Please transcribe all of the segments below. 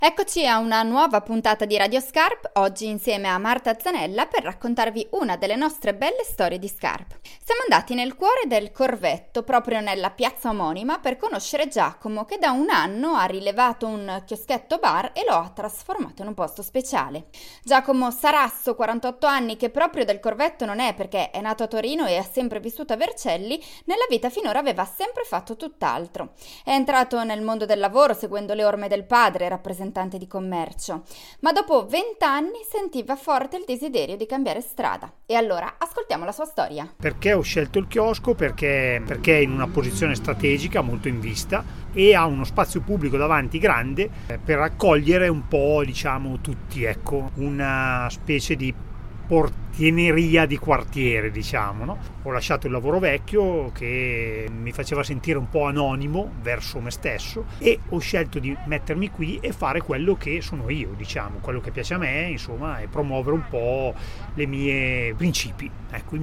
Eccoci a una nuova puntata di Radio Scarp, oggi insieme a Marta Zanella per raccontarvi una delle nostre belle storie di Scarp. Siamo andati nel cuore del Corvetto, proprio nella piazza omonima, per conoscere Giacomo, che da un anno ha rilevato un chioschetto bar e lo ha trasformato in un posto speciale. Giacomo Sarasso, 48 anni, che proprio del Corvetto non è perché è nato a Torino e ha sempre vissuto a Vercelli, nella vita finora aveva sempre fatto tutt'altro. È entrato nel mondo del lavoro seguendo le orme del padre, rappresentante di commercio, ma dopo 20 anni sentiva forte il desiderio di cambiare strada. E allora ascoltiamo la sua storia. Perché ho scelto il chiosco? Perché è in una posizione strategica molto in vista e ha uno spazio pubblico davanti grande per raccogliere un po', diciamo, tutti, una specie di portieneria di quartiere, diciamo, no? Ho lasciato il lavoro vecchio che mi faceva sentire un po' anonimo verso me stesso e ho scelto di mettermi qui e fare quello che sono io, diciamo, quello che piace a me, insomma, e promuovere un po' i miei principi.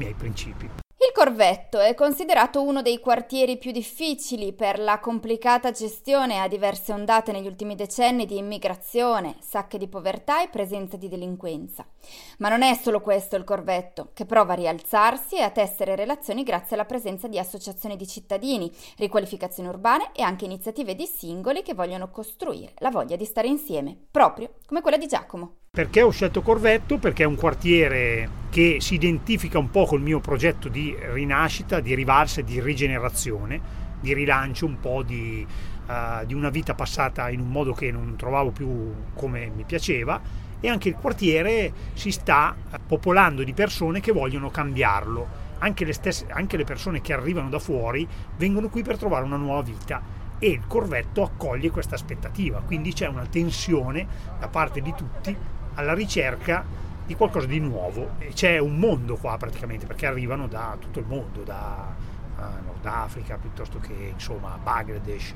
Il Corvetto è considerato uno dei quartieri più difficili per la complicata gestione a diverse ondate negli ultimi decenni di immigrazione, sacche di povertà e presenza di delinquenza. Ma non è solo questo il Corvetto, che prova a rialzarsi e a tessere relazioni grazie alla presenza di associazioni di cittadini, riqualificazioni urbane e anche iniziative di singoli che vogliono costruire la voglia di stare insieme, proprio come quella di Giacomo. Perché ho scelto Corvetto? Perché è un quartiere che si identifica un po' col mio progetto di rinascita, di rivalsa, di rigenerazione, di rilancio un po' di una vita passata in un modo che non trovavo più come mi piaceva, e anche il quartiere si sta popolando di persone che vogliono cambiarlo. Anche le persone che arrivano da fuori vengono qui per trovare una nuova vita. E il Corvetto accoglie questa aspettativa, quindi c'è una tensione da parte di tutti alla ricerca di qualcosa di nuovo. E c'è un mondo qua praticamente, perché arrivano da tutto il mondo, da Nord Africa piuttosto che insomma Bangladesh,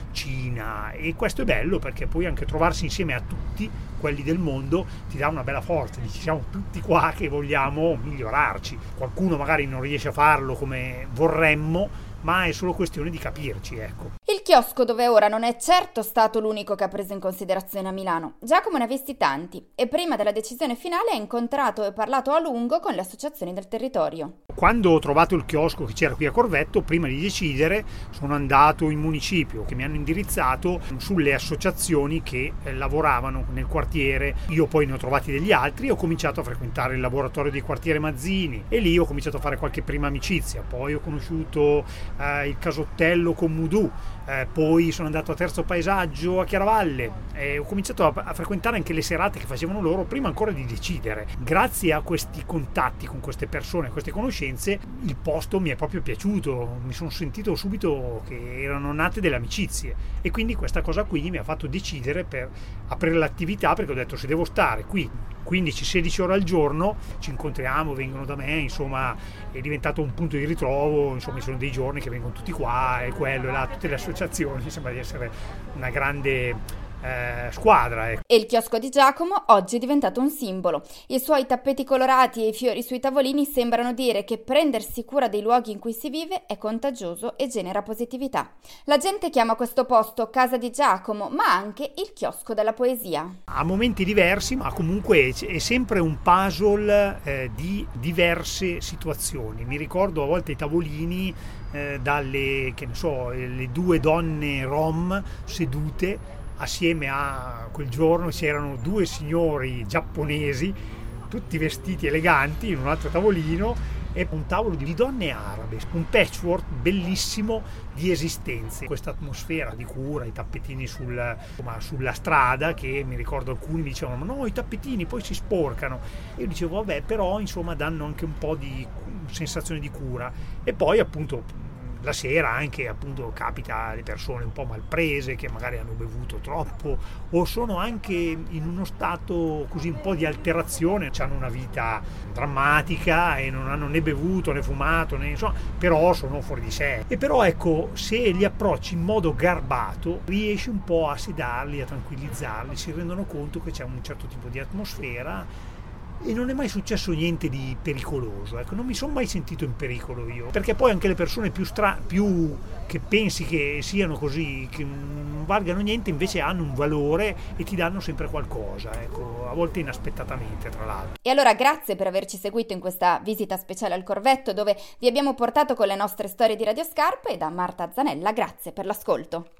Cina, e questo è bello perché poi anche trovarsi insieme a tutti quelli del mondo ti dà una bella forza, dici siamo tutti qua che vogliamo migliorarci. Qualcuno magari non riesce a farlo come vorremmo, ma è solo questione di capirci, ecco. Il chiosco dove ora non è certo stato l'unico che ha preso in considerazione a Milano. Giacomo ne ha visti tanti e prima della decisione finale ha incontrato e parlato a lungo con le associazioni del territorio. Quando ho trovato il chiosco che c'era qui a Corvetto, prima di decidere sono andato in municipio, che mi hanno indirizzato sulle associazioni che lavoravano nel quartiere. Io poi ne ho trovati degli altri e ho cominciato a frequentare il laboratorio di quartiere Mazzini e lì ho cominciato a fare qualche prima amicizia. Poi ho conosciuto il casottello con Mudù, poi sono andato a Terzo Paesaggio a Chiaravalle e ho cominciato a frequentare anche le serate che facevano loro prima ancora di decidere. Grazie a questi contatti con queste persone, a queste conoscenze, il posto mi è proprio piaciuto, mi sono sentito subito che erano nate delle amicizie e quindi questa cosa qui mi ha fatto decidere per aprire l'attività, perché ho detto se devo stare qui 15-16 ore al giorno ci incontriamo, vengono da me, insomma è diventato un punto di ritrovo, insomma ci sono dei giorni che vengono tutti qua e quello e là, tutte le associazioni, sembra di essere una grande squadra. E il chiosco di Giacomo oggi è diventato un simbolo. I suoi tappeti colorati e i fiori sui tavolini sembrano dire che prendersi cura dei luoghi in cui si vive è contagioso e genera positività. La gente chiama questo posto Casa di Giacomo, ma anche il chiosco della poesia. A momenti diversi, ma comunque è sempre un puzzle di diverse situazioni. Mi ricordo a volte i tavolini dalle, che ne so, le due donne rom sedute assieme a quel giorno c'erano due signori giapponesi tutti vestiti eleganti in un altro tavolino e un tavolo di donne arabe, un patchwork bellissimo di esistenze, questa atmosfera di cura, i tappetini sulla strada, che mi ricordo alcuni mi dicevano no, i tappetini poi si sporcano, e io dicevo vabbè, però insomma danno anche un po' di sensazione di cura. E poi appunto la sera anche appunto capita alle persone un po' malprese che magari hanno bevuto troppo o sono anche in uno stato così un po' di alterazione, hanno una vita drammatica e non hanno né bevuto né fumato né insomma, però sono fuori di sé. E però ecco, se li approcci in modo garbato riesci un po' a sedarli, a tranquillizzarli, si rendono conto che c'è un certo tipo di atmosfera e non è mai successo niente di pericoloso, ecco, non mi sono mai sentito in pericolo io, perché poi anche le persone più che pensi che siano così, che non valgano niente, invece hanno un valore e ti danno sempre qualcosa, ecco, a volte inaspettatamente tra l'altro. E allora grazie per averci seguito in questa visita speciale al Corvetto, dove vi abbiamo portato con le nostre storie di Radio Scarp, e da Marta Zanella grazie per l'ascolto.